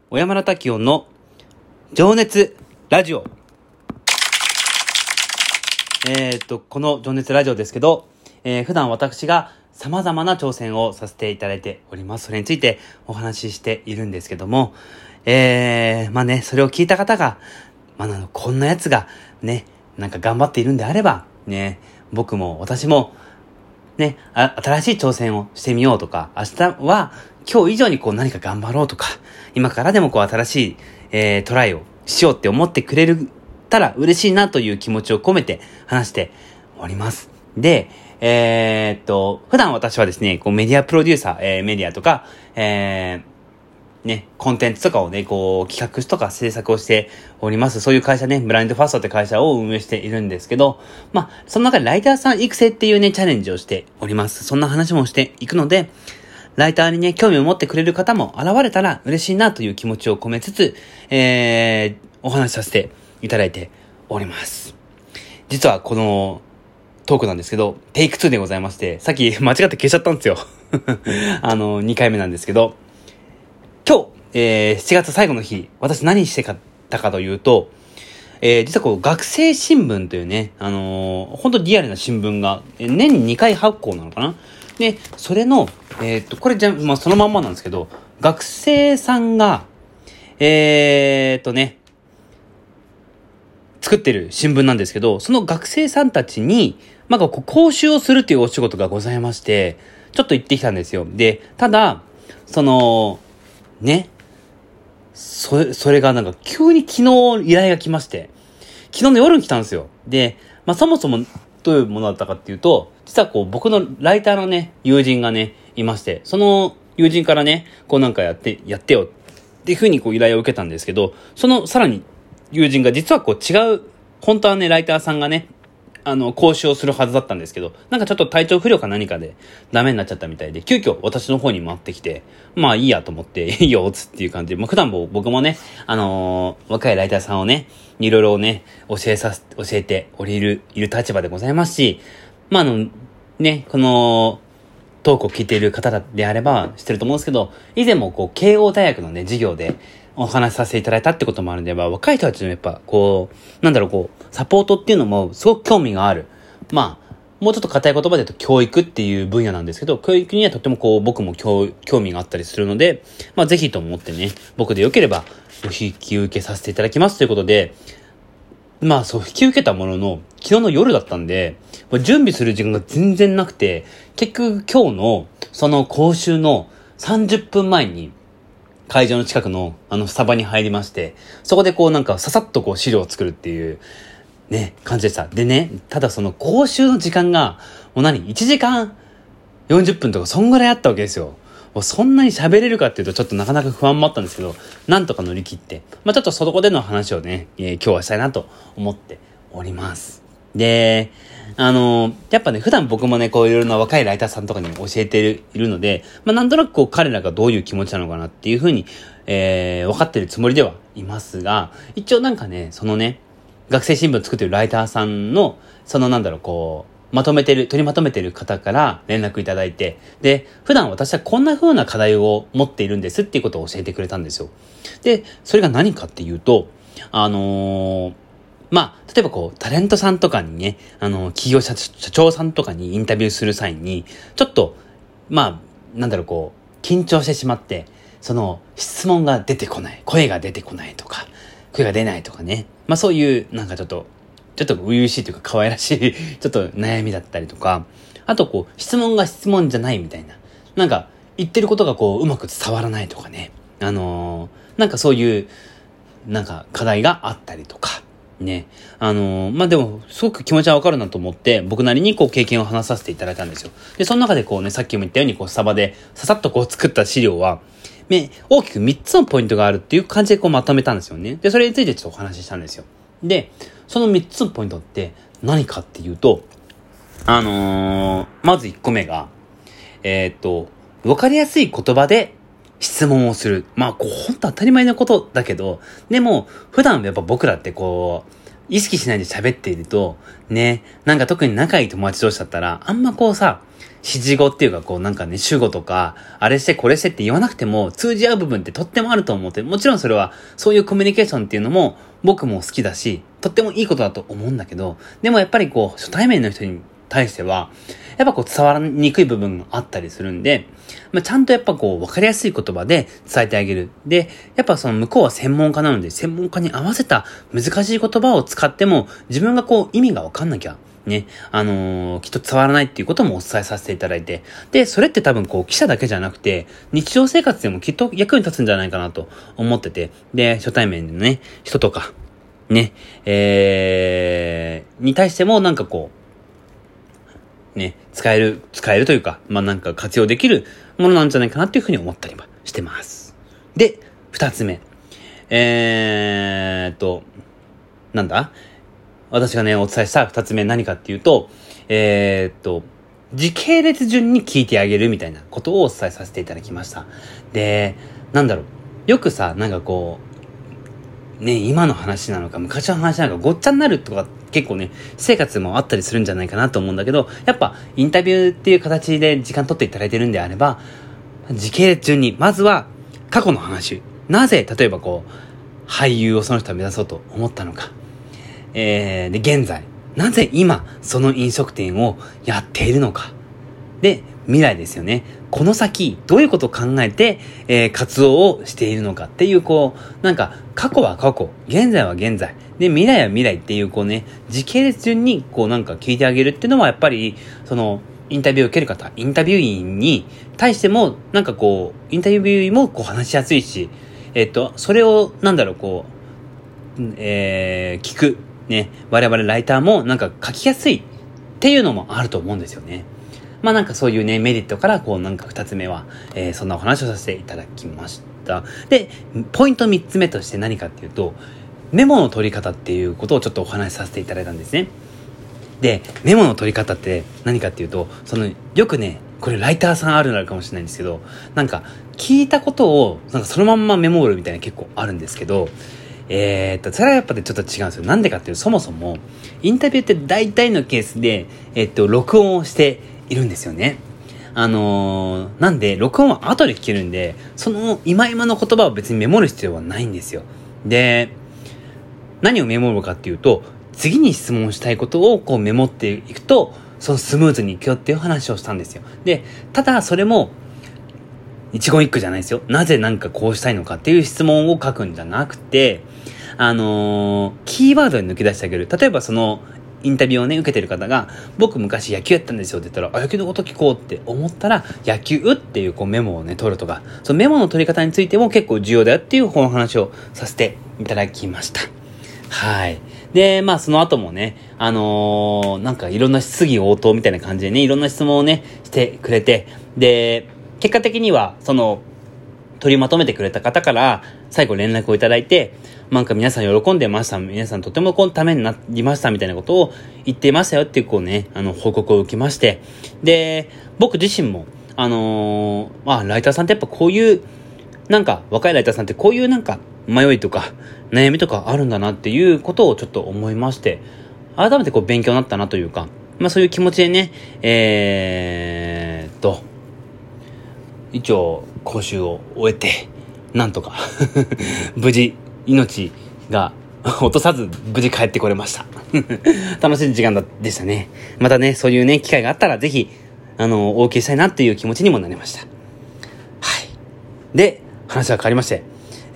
小山田滝音の情熱ラジオ。この情熱ラジオですけど、普段私が様々な挑戦をさせていただいております。それについてお話ししているんですけども、それを聞いた方が、こんなやつがね、なんか頑張っているんであれば、ね、私もね、新しい挑戦をしてみようとか、明日は今日以上に何か頑張ろうとか、今からでも新しい、トライをしようって思ってくれたら嬉しいなという気持ちを込めて話しております。で、普段私はですね、メディアプロデューサー、メディアとか、コンテンツとかをね、企画とか制作をしております。そういう会社ね、ブラインドファーストって会社を運営しているんですけど、その中でライターさん育成っていうね、チャレンジをしております。そんな話もしていくので、ライターにね、興味を持ってくれる方も現れたら嬉しいなという気持ちを込めつつ、お話しさせていただいております。実はこのトークなんですけど、テイク2でございまして、さっき間違って消しちゃったんですよ。2回目なんですけど、今日、7月最後の日、私何してたかというと、実は学生新聞というね、本当リアルな新聞が、年に2回発行なのかな。で、それの、これそのまんまなんですけど、学生さんが、作ってる新聞なんですけど、その学生さんたちに、講習をするっていうお仕事がございまして、ちょっと行ってきたんですよ。で、ただ、それが急に昨日依頼が来まして、昨日の夜に来たんですよ。で、そもそもどういうものだったかっていうと、実は僕のライターのね、友人がね、いまして、その友人からね、やってよっていう風に依頼を受けたんですけど、そのさらに友人が実は違う、本当はね、ライターさんがね、講習をするはずだったんですけど、ちょっと体調不良か何かでダメになっちゃったみたいで、急遽私の方に回ってきて、いいやと思って、いいよつっていう感じで、普段僕もね、若いライターさんをね、いろいろね、教えている立場でございますし、この、トークを聞いている方であれば知ってると思うんですけど、以前も慶応大学のね、授業でお話しさせていただいたってこともあるんで、若い人たちのやっぱ、サポートっていうのもすごく興味がある。もうちょっと硬い言葉で言うと教育っていう分野なんですけど、教育にはとっても僕も興味があったりするので、ぜひと思ってね、僕でよければお引き受けさせていただきますということで、そう、引き受けたものの、昨日の夜だったんで、準備する時間が全然なくて、結局今日の、その講習の30分前に、会場の近くの、スタバに入りまして、そこでささっと資料を作るっていう、ね、感じでした。でね、ただその講習の時間が、1時間40分とかそんぐらいあったわけですよ。そんなに喋れるかっていうとちょっとなかなか不安もあったんですけど、なんとか乗り切って、ちょっとそこでの話をね、今日はしたいなと思っております。で、やっぱね、普段僕もね、いろいろな若いライターさんとかに教えているので、なんとなく彼らがどういう気持ちなのかなっていうふうに、分かってるつもりではいますが、一応そのね、学生新聞作ってるライターさんの、取りまとめてる方から連絡いただいて、で、普段私はこんな風な課題を持っているんですっていうことを教えてくれたんですよ。で、それが何かっていうと、例えばタレントさんとかにね、企業社長さんとかにインタビューする際に、ちょっと、緊張してしまって、質問が出てこない、声が出てこないとか、声が出ないとかね。そういう、ちょっと初々しいというか可愛らしいちょっと悩みだったりとか、あと質問が質問じゃないみたいな。言ってることがうまく伝わらないとかね。そういう、課題があったりとか。ね。でも、すごく気持ちはわかるなと思って、僕なりに経験を話させていただいたんですよ。で、その中でさっきも言ったようにスタバでささっと作った資料は、大きく3つのポイントがあるっていう感じでまとめたんですよね。で、それについてちょっとお話ししたんですよ。で、その3つのポイントって何かっていうと、まず1個目が、わかりやすい言葉で質問をする。ほんと当たり前のことだけど、でも、普段やっぱ僕らって意識しないで喋っていると、ね、なんか特に仲いい友達同士だったら、あんまこうさ、指示語っていうかこうなんかね、主語とか、あれしてこれしてって言わなくても通じ合う部分ってとってもあると思って、もちろんそれは、そういうコミュニケーションっていうのも僕も好きだし、とってもいいことだと思うんだけど、でもやっぱりこう、初対面の人に対しては、やっぱこう伝わりにくい部分があったりするんで、ちゃんとやっぱこう分かりやすい言葉で伝えてあげる。で、やっぱその向こうは専門家なので、専門家に合わせた難しい言葉を使っても、自分がこう意味が分かんなきゃ、ね、きっと伝わらないっていうこともお伝えさせていただいて、で、それって多分こう記者だけじゃなくて、日常生活でもきっと役に立つんじゃないかなと思ってて、で、初対面のね、人とか、ね、に対してもなんかこう、ね、使えるというか、なんか活用できるものなんじゃないかなっていうふうに思ったりはしてます。で、二つ目。なんだ私がね、お伝えした二つ目何かっていうと、時系列順に聞いてあげるみたいなことをお伝えさせていただきました。で、よくさ、なんかこう、ね、今の話なのか昔の話なのかごっちゃになるとか結構ね、生活もあったりするんじゃないかなと思うんだけど、やっぱインタビューっていう形で時間取っていただいてるんであれば、時系列順に、まずは過去の話。なぜ、例えばこう、俳優をその人は目指そうと思ったのか。で、現在。なぜ今、その飲食店をやっているのか。で、未来ですよね。この先、どういうことを考えて、活動をしているのかっていう、こう、なんか、過去は過去、現在は現在、で、未来は未来っていう、こうね、時系列順に、こうなんか聞いてあげるっていうのは、やっぱり、その、インタビューを受ける方、インタビュー員に対しても、なんかこう、インタビュー員もこう話しやすいし、それを、こう、聞く、ね、我々ライターもなんか書きやすいっていうのもあると思うんですよね。なんかそういうね、メリットから、こうなんか二つ目は、そんなお話をさせていただきました。で、ポイント三つ目として何かっていうと、メモの取り方っていうことをちょっとお話しさせていただいたんですね。で、メモの取り方って何かっていうと、よくね、これライターさんあるあるかもしれないんですけど、なんか、聞いたことを、なんかそのまんまメモるみたいな結構あるんですけど、それはやっぱりちょっと違うんですよ。なんでかっていうと、そもそも、インタビューって大体のケースで、録音をしているんですよね。なんで、録音は後で聞けるんで、その今の言葉を別にメモる必要はないんですよ。で、何をメモるかっていうと、次に質問したいことをこうメモっていくと、そのスムーズにいくよっていう話をしたんですよ。で、ただそれも、一言一句じゃないですよ。なぜなんかこうしたいのかっていう質問を書くんじゃなくて、キーワードに抜き出してあげる。例えばその、インタビューをね、受けてる方が、僕昔野球やったんですよって言ったら、野球のこと聞こうって思ったら、野球っていうこうメモをね、取るとか、そのメモの取り方についても結構重要だよっていうこの話をさせていただきました。はい。で、その後もね、なんかいろんな質疑応答みたいな感じでね、いろんな質問をね、してくれて、で、結果的には、取りまとめてくれた方から、最後連絡をいただいて、なんか皆さん喜んでました。皆さんとてもためになりましたみたいなことを言っていましたよっていうこうね、報告を受けまして。で、僕自身も、ライターさんってやっぱこういう、なんか若いライターさんってこういうなんか迷いとか悩みとかあるんだなっていうことをちょっと思いまして、改めてこう勉強になったなというか、そういう気持ちでね、一応講習を終えて、なんとか無事命が落とさず無事帰ってこれました楽しい時間でしたね。またね、そういうね機会があったらぜひお受けしたいなっていう気持ちにもなりました。はい。で、話は変わりまして、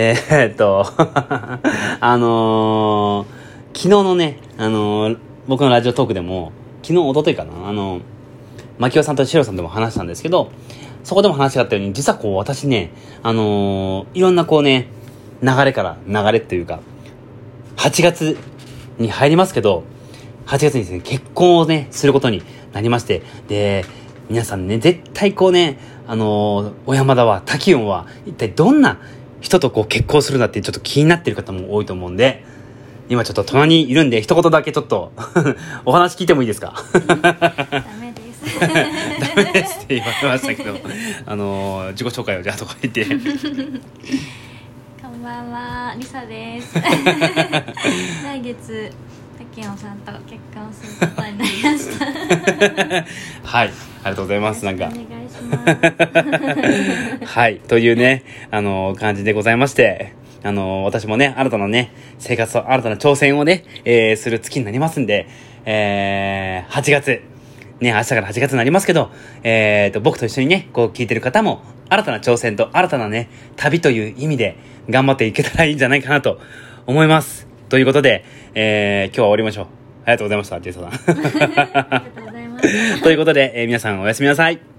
昨日のね、僕のラジオトークでも、昨日、一昨日かな、牧尾さんとシロさんでも話したんですけど、そこでも話があったように、実はこう私ね、いろんなこうね、流れというか、8月に入りますけど、8月にですね、結婚をね、することになりまして、で、皆さんね、絶対こうね、小山田は、滝音は、一体どんな人とこう結婚するんだってちょっと気になってる方も多いと思うんで、今ちょっと隣にいるんで、一言だけちょっとお話聞いてもいいですか？ ダメですダメですって言われましたけど、自己紹介をじゃあとか言ってこんばんは、リサです来月秋山さんと結婚することになりましたはい、ありがとうございます。なんか。 お願いしますはい、というね、感じでございまして、私もね、新たなね、生活と新たな挑戦をね、する月になりますんで、8月、ね、明日から8月になりますけど、僕と一緒にね、こう聞いてる方も、新たな挑戦と新たなね、旅という意味で頑張っていけたらいいんじゃないかなと思います。ということで、今日は終わりましょう。ありがとうございました、ジェイソさん。 ありがとうございましたということで、皆さんおやすみなさい。